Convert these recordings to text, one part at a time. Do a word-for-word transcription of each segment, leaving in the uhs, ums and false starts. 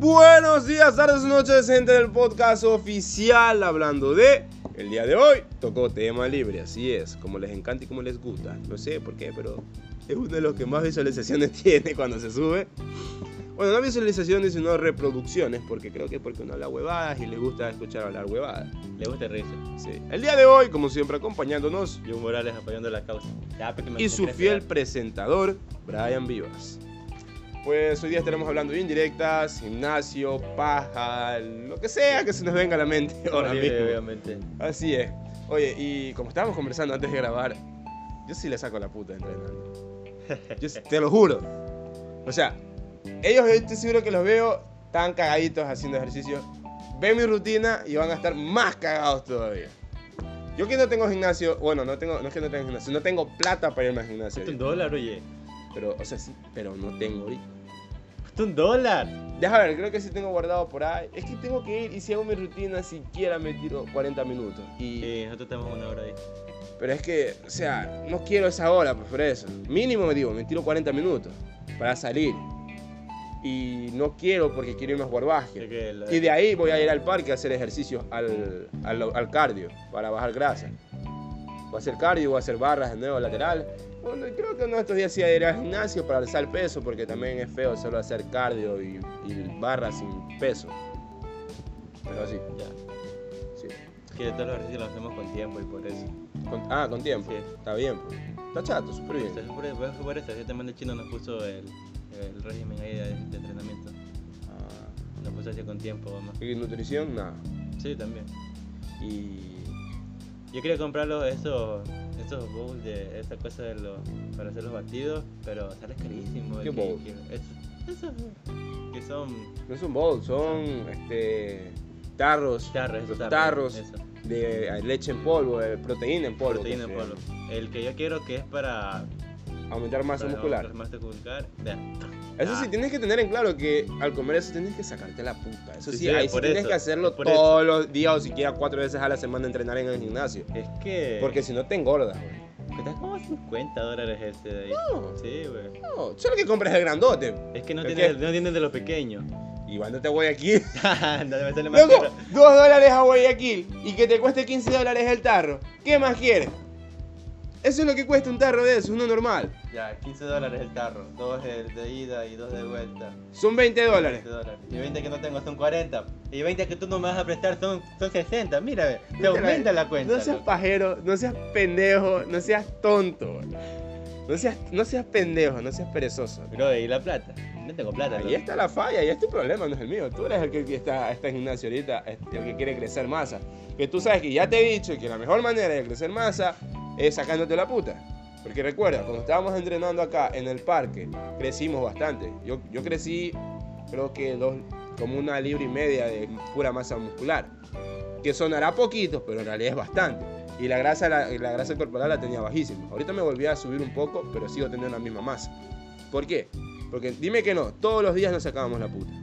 Buenos días, tardes, noches, gente del podcast oficial hablando de... El día de hoy tocó tema libre, así es, como les encanta y como les gusta. No sé por qué, pero es uno de los que más visualizaciones tiene cuando se sube. Bueno, no visualizaciones, sino reproducciones, porque creo que es porque uno habla huevadas y le gusta escuchar hablar huevadas. Le gusta reírse. Sí. El día de hoy, como siempre, acompañándonos, John Morales apoyando la causa. Ya, y su fiel presentador, Brian Vivas. Pues hoy día estaremos hablando de indirectas, gimnasio, paja, lo que sea que se nos venga a la mente ahora mismo. Obviamente. Así es. Oye, y como estábamos conversando antes de grabar, yo sí le saco la puta entrenando. Yo sí, te lo juro. O sea, ellos, yo estoy seguro que los veo tan cagaditos haciendo ejercicio. Ven mi rutina y van a estar más cagados todavía. Yo que no tengo gimnasio, bueno, no tengo, no es que no tengo gimnasio, no tengo plata para irme al gimnasio. Cuesta un dólar, oye. Pero, o sea, sí, pero no tengo ahorita. Cuesta un dólar. Deja ver, creo que sí tengo guardado por ahí. Es que tengo que ir y si hago mi rutina, siquiera me tiro cuarenta minutos. Y... Sí, nosotros tenemos una hora ahí. Pero es que, o sea, no quiero esa hora, pues por eso. Mínimo me digo, me tiro cuarenta minutos para salir. Y no quiero porque quiero irme a jugar básquet. Que la... Y de ahí voy a ir al parque a hacer ejercicios al, al, al cardio para bajar grasa. Voy a hacer cardio, voy a hacer barras de nuevo lateral. Bueno, creo que uno de estos días sí ir al gimnasio para alzar peso, porque también es feo solo hacer cardio y, y barras sin peso. Pero sí. Ya. Sí. Que todos los ejercicios los hacemos con tiempo y por eso. Con, ah, con tiempo. Sí. Está bien. Pues. Está chato, súper bien. Entonces, por, por, por eso, también el chino nos puso el, el régimen ahí de, de entrenamiento. Ah. Nos puso así con tiempo, vamos. ¿Y nutrición? Nada. Sí, también. Y... Yo quería comprar los, esos, esos bowls de esa cosa de los, para hacer los batidos, pero sale carísimo. ¿Qué que, bowl? Que, es, esos que son No son bowls, son este, tarros. tarros, Los esos tarros eso. de leche en polvo, de proteína en polvo. Proteína en que se polvo. llama. El que yo quiero que es para Aumentar masa para muscular. aumentar masa muscular. Vea. Eso Ah. sí, tienes que tener en claro que al comer eso tienes que sacarte la puta. Eso sí, Sí, sí, ahí sí por tienes eso, que hacerlo por todos eso. los días o siquiera cuatro veces a la semana entrenar en el gimnasio. Es que Porque si no te engordas, güey. cuesta como cincuenta dólares ese de ahí. No. Sí, güey. No, solo que compres el grandote. Es que no ¿El tiene, qué? no tienen de los pequeños. Igual no te voy aquí. No me sale más Luego, caro. dos dólares a Guayaquil y que te cueste quince dólares el tarro. ¿Qué más quieres? Eso es lo que cuesta un tarro de eso, uno normal. Ya, quince dólares el tarro. Dos de, de ida y dos de vuelta. Son veinte dólares. veinte dólares. Y veinte que no tengo son cuarenta. Y veinte que tú no me vas a prestar son, son sesenta. Mira, ve, te aumenta la cuenta. No seas loco. pajero, no seas pendejo, no seas tonto. No seas, no seas pendejo, no seas perezoso. Bro, ¿y la plata? No tengo plata. Ahí loco. está la falla, ahí es tu problema, no es el mío. Tú eres el que está, está en gimnasio ahorita, es el que quiere crecer masa. Que tú sabes que ya te he dicho que la mejor manera de crecer masa es sacándote la puta. Porque recuerda, cuando estábamos entrenando acá en el parque, crecimos bastante. Yo, yo crecí, creo que dos, como una libra y media de pura masa muscular. Que sonará poquito, pero en realidad es bastante. Y la grasa, la, la grasa corporal la tenía bajísima. Ahorita me volví a subir un poco, pero sigo teniendo la misma masa. ¿Por qué? Porque dime que no, todos los días nos sacábamos la puta.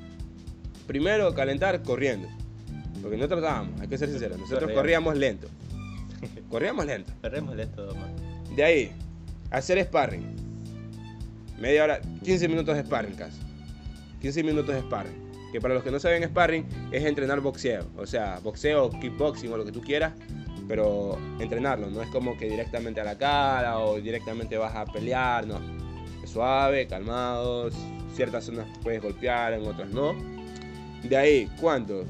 Primero, calentar corriendo. Porque no tratábamos, hay que ser sinceros. Nosotros corríamos lento. Corríamos lento. Corremos esto, más. De ahí, hacer sparring. Media hora, quince minutos de sparring casi. quince minutos de sparring. Que para los que no saben sparring es entrenar boxeo. O sea, boxeo, kickboxing o lo que tú quieras. Pero entrenarlo, no es como que directamente a la cara o directamente vas a pelear, no. Es suave, calmados. Ciertas zonas puedes golpear, en otras no. De ahí, ¿cuánto?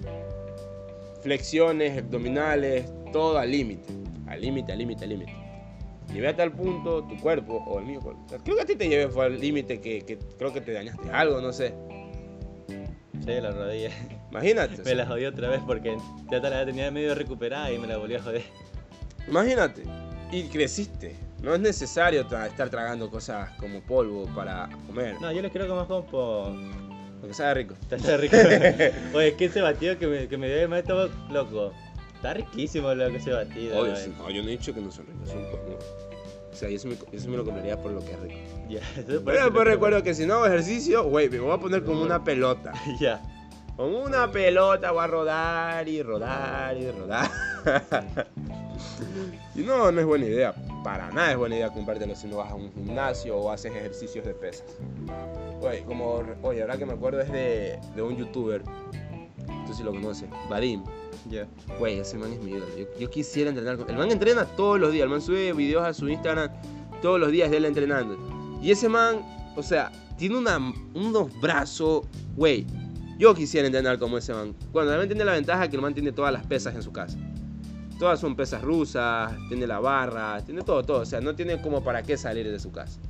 Flexiones, abdominales, todo al límite. Al límite, al límite, al límite. Llevé a tal punto tu cuerpo, o el mío, creo que a ti te llevé fue al límite que, que creo que te dañaste algo, no sé. Sí, la rodilla. Imagínate. Me la jodí otra vez porque ya te la tenía medio recuperada y me la volví a joder. Imagínate. Y creciste. No es necesario tra- estar tragando cosas como polvo para comer. No, yo les quiero comer como por... Porque sabe rico. Está rico. Oye, es que ese batido que me, que me dio el maestro, loco. Está riquísimo lo que ese batido. Oye, güey. sí, no, yo no he dicho que no son ricos, son buenos. O sea, yo sí me, yo sí me lo compraría por lo que es rico. Ya, eso es por Pero eso después que- recuerdo que si no hago ejercicio, güey, me voy a poner como una pelota. Ya. Como una pelota voy a rodar y rodar y rodar. Y no, no es buena idea. para nada es buena idea comprártelo si no vas a un gimnasio o haces ejercicios de pesas. Oye, como, oye, ahora que me acuerdo es de, de un youtuber, tú sí lo conoces, Vadim. Ya. Yeah. Güey, ese man es mi ídolo. Yo, yo quisiera entrenar con... El man entrena todos los días, el man sube videos a su Instagram todos los días de él entrenando. Y ese man, o sea, tiene una, unos brazos, güey. Yo quisiera entrenar como ese man. Bueno, también tiene la ventaja que el man tiene todas las pesas en su casa. Todas son pesas rusas, tiene la barra, tiene todo, todo. O sea, no tiene como para qué salir de su casa.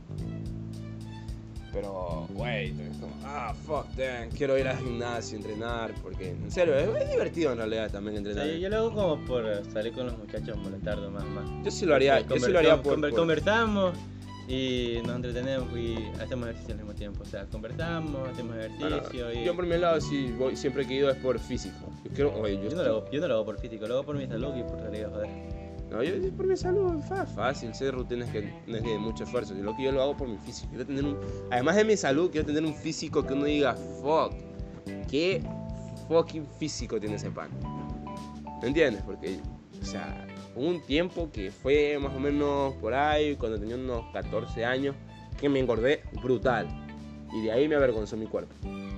Pero, güey, es como, ah, fuck, damn, quiero ir al gimnasio, entrenar, porque, en serio, es, es divertido en realidad también entrenar. Sí, yo lo hago como por salir con los muchachos, molestar más, más. Yo sí lo haría, yo sí lo haría por, conver, por... Conversamos y nos entretenemos y hacemos ejercicio al mismo tiempo. O sea, conversamos, hacemos ejercicio bueno, y... Yo por mi lado, sí, voy, siempre que he ido es por físico. Yo, quiero, oye, yo, yo, no lo hago, yo no lo hago por físico, lo hago por mi salud y por realidad, joder. No, yo por mi salud es fácil, sé rutinas que no es de mucho esfuerzo. Yo lo que yo lo hago por mi físico. Quiero tener un, además de mi salud, quiero tener un físico que uno diga, fuck, qué fucking físico tiene ese pan. ¿Me entiendes? Porque, o sea, hubo un tiempo que fue más o menos por ahí, cuando tenía unos catorce años, que me engordé brutal. Y de ahí me avergonzó mi cuerpo.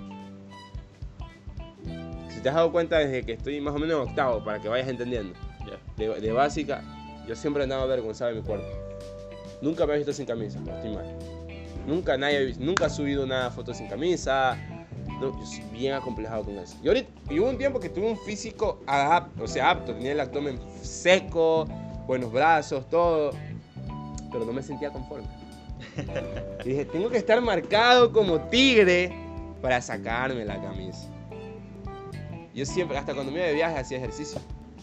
Si te has dado cuenta desde que estoy más o menos en octavo, para que vayas entendiendo. De, de básica, yo siempre andaba avergonzado de mi cuerpo. Nunca me he visto sin camisa, estoy mal. Nunca nadie, nunca he subido una foto sin camisa. No, yo soy bien acomplejado con eso. Y ahorita, y hubo un tiempo que tuve un físico apto, o sea, apto, tenía el abdomen seco, buenos brazos, todo. Pero no me sentía conforme. Y dije, tengo que estar marcado como tigre para sacarme la camisa. Yo siempre, hasta cuando me iba de viaje, hacía ejercicio.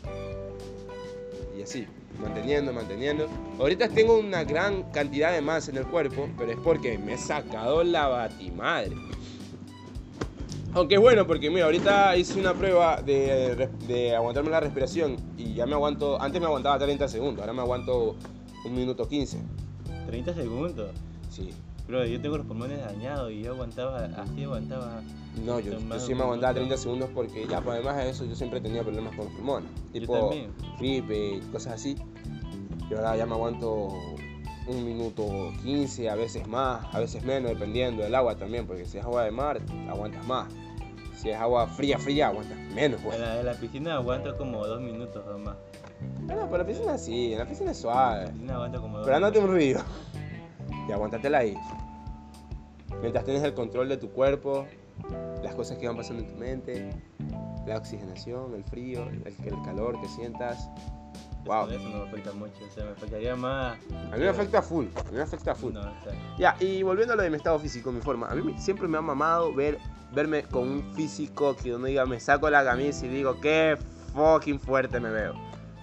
Y así, manteniendo, manteniendo. Ahorita tengo una gran cantidad de masa en el cuerpo, pero es porque me he sacado la batimadre. Aunque es bueno porque, mira, ahorita hice una prueba de, de aguantarme la respiración y ya me aguanto, antes me aguantaba treinta segundos, ahora me aguanto un minuto quince. ¿treinta segundos? Sí. Bro, yo tengo los pulmones dañados y yo aguantaba, así aguantaba... No, yo, yo sí me aguantaba treinta segundos porque ya, pues además de eso, yo siempre tenía problemas con los pulmones. Tipo gripe, cosas así. Y ahora ya me aguanto un minuto quince, a veces más, a veces menos, dependiendo del agua también, porque si es agua de mar, aguantas más. Si es agua fría, fría, aguantas menos. Pues. En, la, en la piscina aguanto como dos minutos o más. Bueno, pero la piscina sí, en la piscina es suave. En la piscina aguanto como dos Pero andate un río. Y aguántatela ahí. Mientras tienes el control de tu cuerpo, las cosas que van pasando en tu mente, la oxigenación, el frío, el, el calor que sientas. Wow. Eso no me afecta mucho, o sea, me afectaría más. A mí me afecta full, a mí me afecta full. No, o sea. Ya, y volviendo a lo de mi estado físico, mi forma, a mí siempre me ha mamado ver, verme con un físico que uno diga, me saco la camisa y digo, qué fucking fuerte me veo.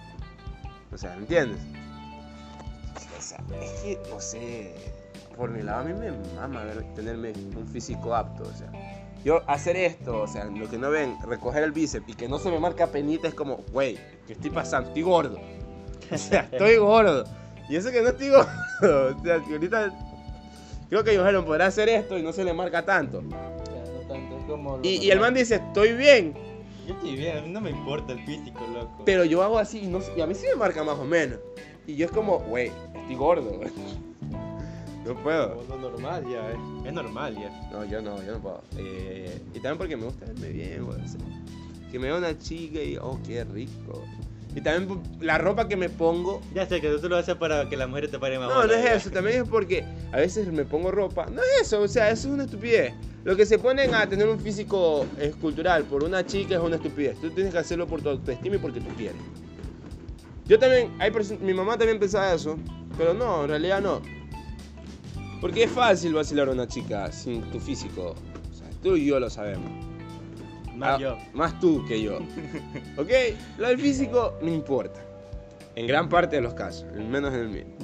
O sea, ¿me entiendes? O sea, es que, no sé, por mi lado a mí me mama ver, tenerme un físico apto, o sea. Yo hacer esto, o sea, lo que no ven, recoger el bíceps y que no se me marca penita es como, güey, ¿qué estoy pasando? Estoy gordo. O sea, estoy gordo. Y eso que no estoy gordo. O sea, que ahorita creo que Joharon podrá hacer esto y no se le marca tanto. Ya, no tanto, es como y, y el man dice, estoy bien. Yo estoy bien, a mí no me importa el físico, loco. Pero yo hago así y, no, y a mí sí me marca más o menos. Y yo es como, güey, estoy gordo. No puedo. Lo normal ya, es, es normal ya. No, yo no, yo no puedo. Eh, y también porque me gusta verme bien, güey. O sea, que me vea una chica y, oh, qué rico. Y también la ropa que me pongo. Ya sé que tú lo haces para que las mujeres te paren más. No, no es eso, también es porque a veces me pongo ropa. No es eso, o sea, eso es una estupidez. Lo que se ponen a tener un físico escultural por una chica es una estupidez. Tú tienes que hacerlo por tu autoestima y porque tú quieres. Yo también, hay mi mamá también pensaba eso, pero no, en realidad no. Porque es fácil vacilar a una chica sin tu físico. O sea, tú y yo lo sabemos. Más ah, yo. Más tú que yo. ¿Ok? Lo del físico no importa. En gran parte de los casos. Menos en el mío.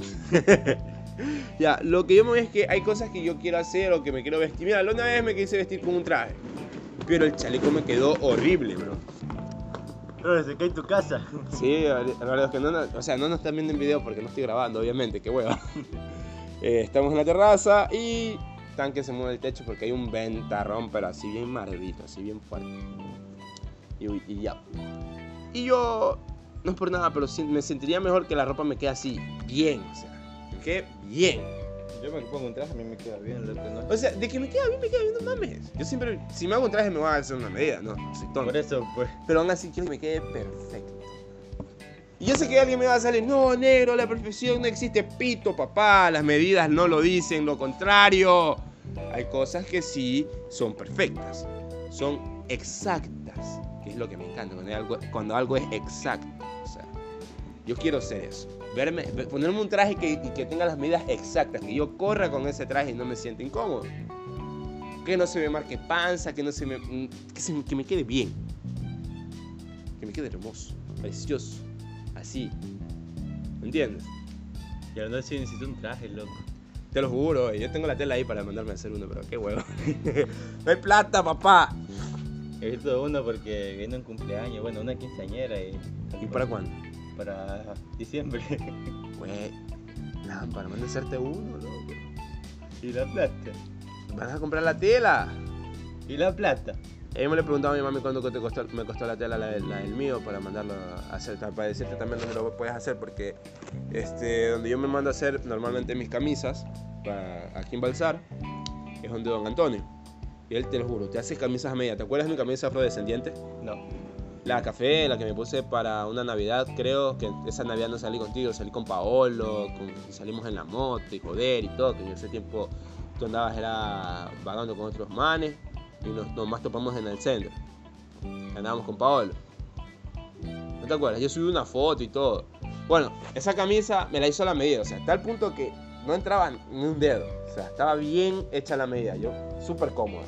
Ya, lo que yo me veo es que hay cosas que yo quiero hacer o que me quiero vestir. Mira, la una vez me quise vestir con un traje. Pero el chaleco me quedó horrible, bro. Bro, se cae tu casa. Sí, la verdad es que no, no, o sea, no nos están viendo en video porque no estoy grabando, obviamente. Qué hueva. Eh, estamos en la terraza y tan que se mueve el techo porque hay un ventarrón, pero así bien maldito, así bien fuerte. Y, y ya. Y yo no es por nada, pero sí, me sentiría mejor que la ropa me quede así, bien, o sea, me quede bien. Yo me pongo un traje, a mí me queda bien, loco, ¿no? O sea, de que me queda bien, me queda bien, no mames. Yo siempre, si me hago un traje me voy a hacer una medida, no, soy tonto. Por eso, pues. Pero aún así quiero que me quede perfecto. Y yo sé que alguien me va a salir, no, negro, la perfección no existe, pito, papá, las medidas no lo dicen, lo contrario. Hay cosas que sí son perfectas, son exactas, que es lo que me encanta, cuando algo, cuando algo es exacto. O sea, yo quiero ser eso, verme, ponerme un traje que, y que tenga las medidas exactas, que yo corra con ese traje y no me sienta incómodo. Que no se me marque panza, que no se me, que, se, que me quede bien, que me quede hermoso, precioso, así, ¿me entiendes? Y ahora no sé si necesito un traje, loco. Te lo juro, yo tengo la tela ahí para mandarme a hacer uno, pero qué huevo. No hay plata, papá. He visto uno porque viene un cumpleaños, bueno, una quinceañera y... ¿Y para cuándo? Para diciembre. Güey, nada, para mandar a hacerte uno, loco. ¿Y la plata? Vas a comprar la tela. ¿Y la plata? Eh, yo me le preguntaba a mi mami cuánto te costó, me costó la tela, la, la del mío, para mandarlo a hacer, para decirte también dónde lo puedes hacer, porque este, donde yo me mando a hacer normalmente mis camisas, para, aquí en Balsar, es donde don Antonio. Y él, te lo juro, te hace camisas a medida. ¿Te acuerdas de mi camisa afrodescendiente? No. La café, la que me puse para una Navidad, creo que esa Navidad no salí contigo, salí con Paolo, con, y salimos en la moto y joder y todo, que en ese tiempo tú andabas era vagando con otros manes. Y nos, nomás topamos en el centro. Andábamos con Paolo. ¿No te acuerdas? Yo subí una foto y todo. Bueno, esa camisa me la hizo a la medida. O sea, hasta el punto que no entraba ni un dedo. O sea, estaba bien hecha la medida. Yo, súper cómoda.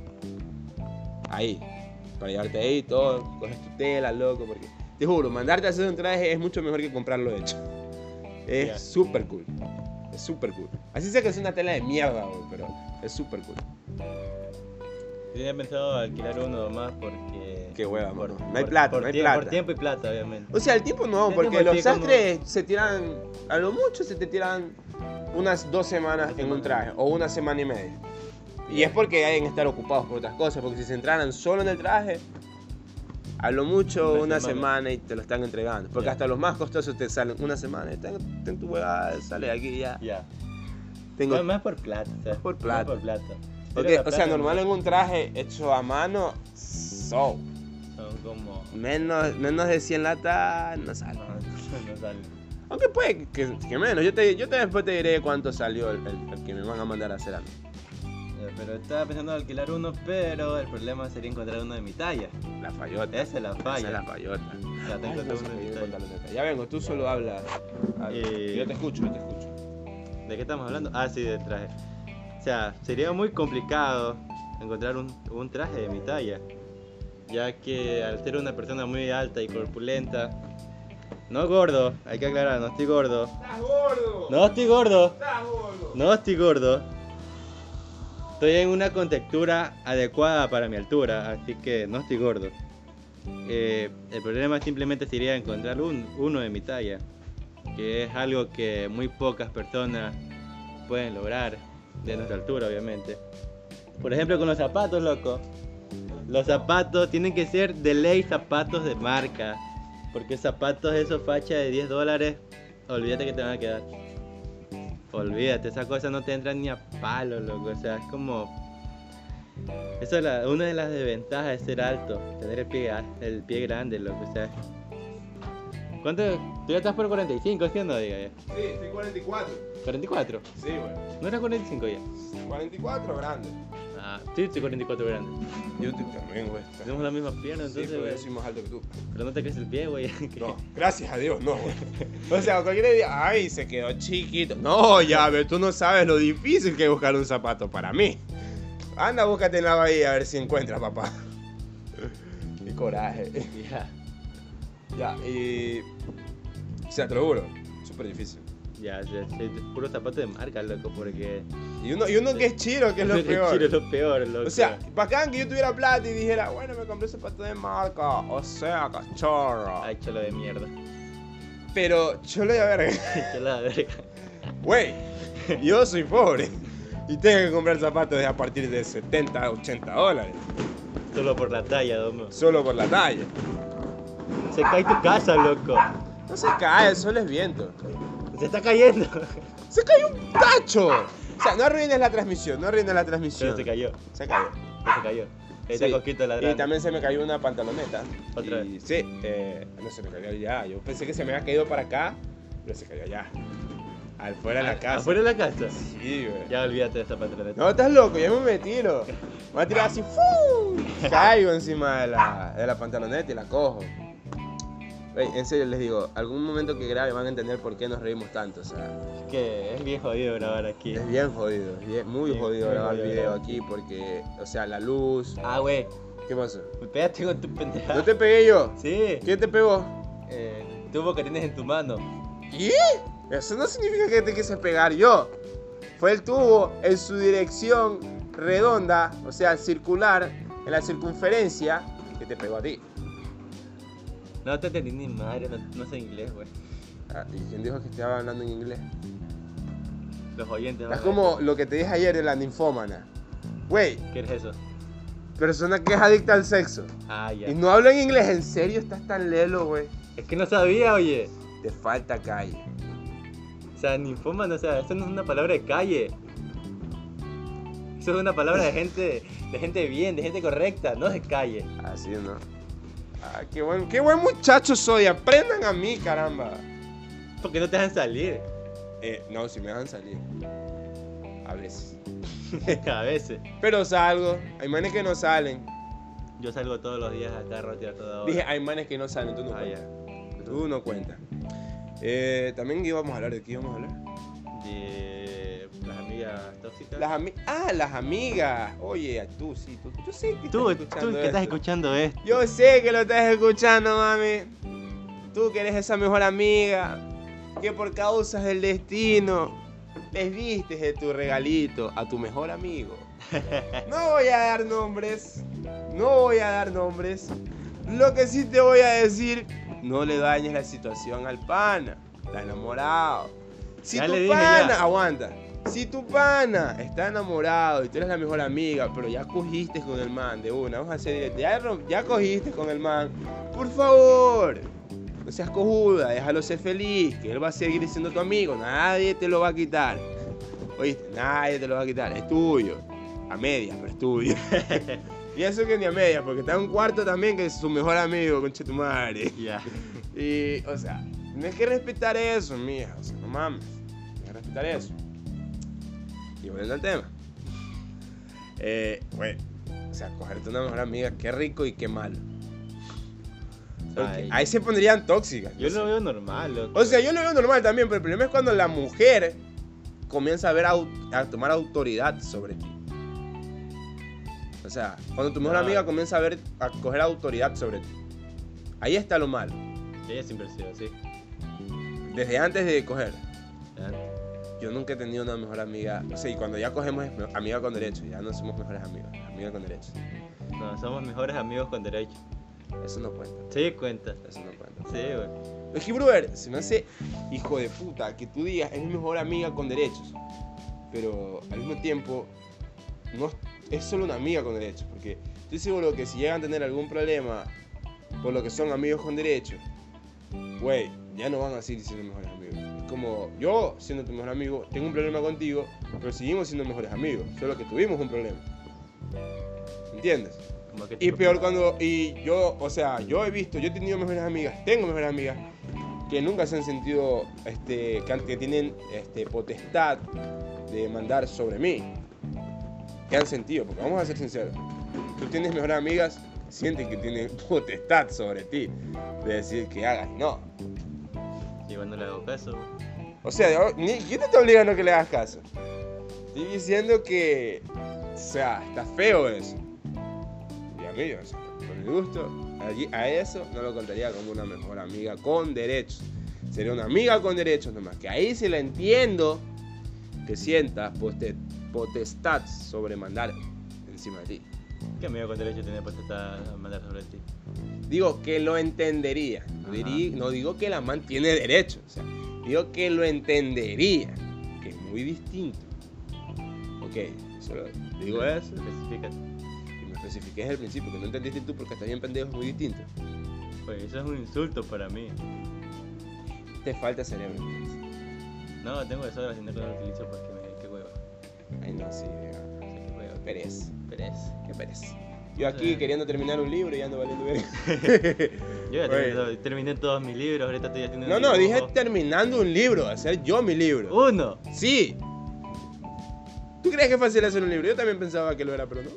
Ahí. Para llevarte ahí y todo. Coges tu tela, loco. Porque, te juro, mandarte a hacer un traje es mucho mejor que comprarlo hecho. Es Yeah. súper cool. Es súper cool. Así sé que es una tela de mierda, güey, pero es súper cool. Tenía pensado alquilar uno más porque... Qué hueva, por, mano. No hay por- plata, por no hay tie- plata. Por tiempo y plata, obviamente. O sea, el tiempo no, El porque tiempo los sí, como- sastres se tiran, a lo mucho se te tiran unas dos semanas Dos en un semanas. traje, o una semana y media. Y es porque hay que estar ocupados por otras cosas, porque si se entraran solo en el traje, a lo mucho Una una semana. semana y te lo están entregando. Porque Ya. hasta los más costosos te salen una semana y ten, ten tu huevada, sale aquí ya. Ya. Tengo, No, más por plata, ¿sabes? por plata. Más por plata. porque, Pero la o sea, plata normal no- en un traje hecho a mano, so, Son como... menos, menos de cien latas no sale. No, no sale. Aunque puede que, que menos, yo, te, yo te después te diré cuánto salió el, el- el que me van a mandar a hacer a mí. Ya, pero estaba pensando en alquilar uno, pero el problema sería encontrar uno de mi talla. La fallota. Esa es la falla. Esa es la fallota. Ya tengo Ay, todo no sé uno de qué mi contar talla. la neta. Ya vengo, tú solo habla. habla. Eh. Yo te escucho, yo te escucho. ¿De qué estamos hablando? Ah, sí, del traje. O sea, sería muy complicado encontrar un, un traje de mi talla, ya que al ser una persona muy alta y corpulenta, no gordo, hay que aclarar, no estoy gordo, ¡Estás gordo! no estoy gordo, ¡Estás gordo! no estoy gordo, estoy en una contextura adecuada para mi altura, así que no estoy gordo. Eh, el problema simplemente sería encontrar un, uno de mi talla, que es algo que muy pocas personas pueden lograr de nuestra altura, obviamente. Por ejemplo, con los zapatos, loco. Los zapatos tienen que ser de ley zapatos de marca, porque zapatos esos facha de diez dólares, olvídate que te van a quedar. Olvídate, esa cosa no te entra ni a palo, loco. O sea, es como... Eso es la- una de las desventajas de ser alto, tener el pie, a- el pie grande, loco. O sea, ¿cuánto? Tú ya estás por cuarenta y cinco, ¿sí o no? Diga ya. Sí, estoy cuarenta y cuatro. cuarenta y cuatro. Sí, güey. ¿No era cuarenta y cinco ya? cuarenta y cuatro grande. Ah, sí, estoy cuarenta y cuatro grande. Yo estoy también, güey. Tenemos las mismas piernas, Sí, entonces, pero güey. yo soy más alto que tú. Pero no te crece el pie, güey. No, gracias a Dios, no, güey. O sea, cualquiera diría, ay, se quedó chiquito. No, ya, pero tú no sabes lo difícil que es buscar un zapato para mí. Anda, búscate en la bahía a ver si encuentras, papá. Qué coraje. Ya, Ya, y... O sea, te lo juro, súper difícil. ya, ya, sí, puro zapato de marca, loco, porque... Y uno, y uno que es chiro, que es lo El peor. chiro es lo peor, loco. O sea, bacán que yo tuviera plata y dijera, bueno, me compré zapato de marca. O sea, cachorro. Ay, cholo de mierda. Pero, cholo de verga. Chola de verga. Güey, yo soy pobre. Y tengo que comprar zapatos de a partir de setenta, ochenta dólares. Solo por la talla, domo. Solo por la talla. Se cae tu casa, loco. No se cae, solo es viento. Se está cayendo. ¡Se cayó un tacho! O sea, no arruines la transmisión, no arruines la transmisión. Pero se cayó. Se cayó. Se cayó. Ahí está Sí. Coquito ladrando. Y también se me cayó una pantaloneta. ¿Otra y, vez? Sí, eh, no se me cayó allá. Yo pensé que se me había caído para acá, pero se cayó allá. Al fuera de la casa. ¿Afuera de la casa? Sí, güey. Ya olvídate de esa pantaloneta. No, estás loco, ya me tiro. Me voy a tirar así, ¡fu! Caigo encima de la, de la pantaloneta y la cojo. Wey, en serio les digo, algún momento que grabe van a entender por qué nos reímos tanto, o sea, Es que es bien jodido grabar aquí. es bien jodido, es bien- muy Sí, jodido muy grabar jodido video grabar. aquí porque, o sea, la luz, Ah, güey. ¿qué pasó? Pégate con tu pendejada. ¿No te pegué yo? Sí. ¿Quién te pegó? Eh, el tubo que tienes en tu mano. ¿Y? Eso no significa que te quise pegar yo. Fue el tubo en su dirección redonda, o sea, circular, en la circunferencia, que te pegó a ti. No te entendí ni madre, no, no sé inglés, güey. Ah, ¿y quién dijo que estaba hablando en inglés? Los oyentes. Es van a como lo que te dije ayer de la ninfómana. Güey, ver. ¿Qué es eso? persona que es adicta al sexo. Ah, ya. Y no habla en inglés, ¿en serio estás tan lelo, güey? Es que no sabía, oye. Te falta calle. O sea, ninfómano, o sea, eso no es una palabra de calle. Eso es una palabra de gente, de gente bien, de gente correcta, no de calle. Así, ¿no? Ah, qué buen, qué buen muchacho soy. Aprendan a mí, caramba. Porque no te dejan salir. Eh, no, si me dejan salir. A veces. A veces. Pero salgo. Hay manes que no salen. Yo salgo todos los días a cada rato y a toda hora. Dije, hay manes que no salen. Tú no Ah, cuentas. ya. Tú no cuentas. Eh, también íbamos a hablar de qué íbamos a hablar. De las amigas tóxicas. Las ami ah, las amigas. Oye, tú sí, tú. Yo sé que Tú, estás escuchando tú que estás esto. escuchando esto. Yo sé que lo estás escuchando, mami. Tú que eres esa mejor amiga que por causas del destino les diste de tu regalito a tu mejor amigo. No voy a dar nombres. No voy a dar nombres. Lo que sí te voy a decir, no le dañes la situación al pana. Está enamorado. Si Ya tu le dije, pana, ya. aguanta. Si tu pana está enamorado y tú eres la mejor amiga, pero ya cogiste con el man de una, vamos a hacer directo, ya, rom- ya cogiste con el man, por favor, no seas cojuda, déjalo ser feliz, que él va a seguir siendo tu amigo, nadie te lo va a quitar. Oíste, nadie te lo va a quitar, es tuyo. A medias, pero es tuyo. Y eso que ni a medias, porque está en un cuarto también que es su mejor amigo, concha tu madre. Ya. Y, o sea, tienes que respetar eso, mija. O sea, no mames. Tienes que respetar eso. Y volviendo al tema. Eh, güey, o sea, cogerte una mejor amiga, qué rico y qué malo. Porque Ay. ahí se pondrían tóxicas. Yo no lo sé. veo normal, loco. O sea, yo lo veo normal también, pero el problema es cuando la mujer comienza a ver au- a tomar autoridad sobre ti. O sea, cuando tu mejor Ah. amiga comienza a ver a coger autoridad sobre ti. Ahí está lo malo. Ella siempre ha sido así. Desde antes de coger. ¿Ya? Yo nunca he tenido una mejor amiga. O sea, y cuando ya cogemos es me- amiga con derecho. Ya no somos mejores amigos. Amiga con derecho. No, somos mejores amigos con derecho. Eso no cuenta. Sí, cuenta. Eso no cuenta. Sí, güey. Es que, brother, se me hace hijo de puta que tú digas es mi mejor amiga con derechos. Pero al mismo tiempo, no es- es solo una amiga con derechos. Porque estoy seguro que si llegan a tener algún problema por lo que son amigos con derechos, güey, ya no van a seguir siendo mejores amigos. Es como yo, siendo tu mejor amigo, tengo un problema contigo, pero seguimos siendo mejores amigos. Solo que tuvimos un problema. ¿Entiendes? Como que Y peor cuando, y yo, o sea, yo he visto, yo he tenido mejores amigas, tengo mejores amigas que nunca se han sentido, este, que, han- que tienen, este, potestad de mandar sobre mí. Que han sentido, porque vamos a ser sinceros, tú tienes mejores amigas, sienten que tienen potestad sobre ti, de decir que hagas y no. Yo no le hago caso, güey. O sea, yo- ni- ¿quién te está obligando a que le hagas caso? Estoy diciendo que, o sea, está feo eso. Y a mí, o sea, con el gusto, allí- a eso no lo contaría como una mejor amiga con derechos. Sería una amiga con derechos nomás, que ahí sí la entiendo que sienta poste- potestad sobre mandar encima de ti. ¿Qué amigo con derecho tiene potestad a mandar sobre ti? Digo que lo entendería. No, Ajá. dirí- no digo que la man tiene derecho. O sea, digo que lo entendería. Que es muy distinto. Ok, solo digo eso. Especifícate. Y me especifiqué desde el principio. Que no entendiste tú porque estás bien pendejo, es muy distinto. Pues eso es un insulto para mí. Te falta cerebro. No, tengo de sobra, si no lo utilizo porque me... qué hueva. Ay, no, sí, viejo. Qué hueva. Perez. Perez. Qué perez. Yo aquí Sí. queriendo terminar un libro y ando valiendo verga. Yo ya Oye. terminé, terminé todos mis libros, ahorita estoy haciendo No, un no, dije dibujo. terminando un libro, hacer yo mi libro. Uno. Sí. ¿Tú crees que es fácil hacer un libro? Yo también pensaba que lo era, pero no.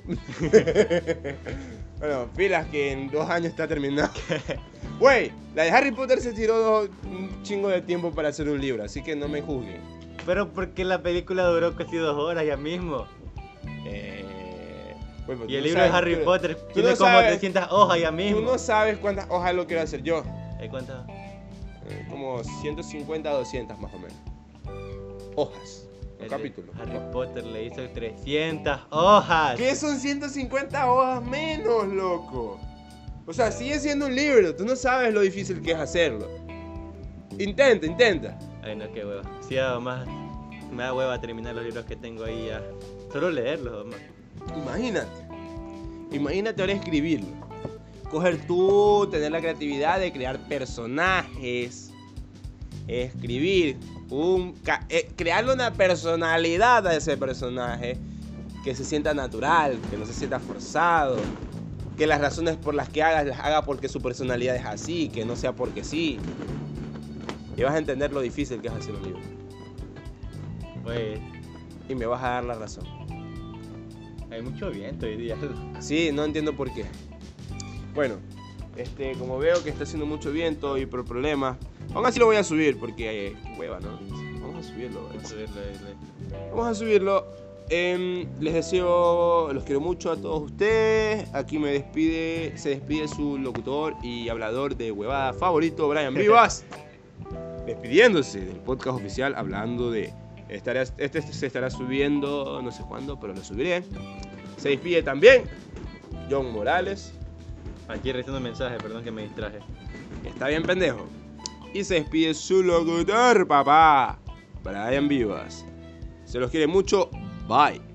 Bueno, pilas que en dos años está terminado. Güey, la de Harry Potter se tiró dos- un chingo de tiempo para hacer un libro, así que no me juzguen. Pero porque la película duró casi dos horas ya mismo. Eh, güey, pues Y el tú libro de sabes- Harry tú- Potter tú tiene no como sabes- trescientas hojas ya Tú mismo. no sabes cuántas hojas lo quiero hacer yo. ¿Eh, ¿Cuántas? Eh, como ciento cincuenta a doscientas más o menos. Hojas. O El de capítulos. Harry Potter le hizo trescientas hojas. ¿Qué son ciento cincuenta hojas menos, loco? O sea, sigue siendo un libro. Tú no sabes lo difícil que es hacerlo. Intenta, intenta. Ay, no, qué hueva. Sí, además me da hueva terminar los libros que tengo ahí ya. Solo leerlos, además. Imagínate. Imagínate ahora escribirlo. Coger tú, tener la creatividad de crear personajes. Escribir un... ca- eh, crearle una personalidad a ese personaje. Que se sienta natural, que no se sienta forzado. Que las razones por las que hagas las haga porque su personalidad es así, que no sea porque sí. Y vas a entender lo difícil que es hacer un libro. Pues Y me vas a dar la razón. hay mucho viento hoy día. Sí, no entiendo por qué. Bueno, este, como veo que está haciendo mucho viento y por problemas, aún así lo voy a subir porque eh, qué hueva, ¿no? Vamos a subirlo. Vamos a subirlo ahí, ahí. Vamos a subirlo. Em, les deseo, los quiero mucho a todos ustedes. Aquí me despide, se despide su locutor y hablador de huevada favorito, Brian Vivas. Despidiéndose del podcast oficial, hablando de... Estará, este se estará subiendo, no sé cuándo, pero lo subiré. Se despide también John Morales. Aquí recibiendo mensajes, perdón que me distraje. Está bien, pendejo. Y se despide su locutor, papá, Brian Vivas. Se los quiere mucho. Bye.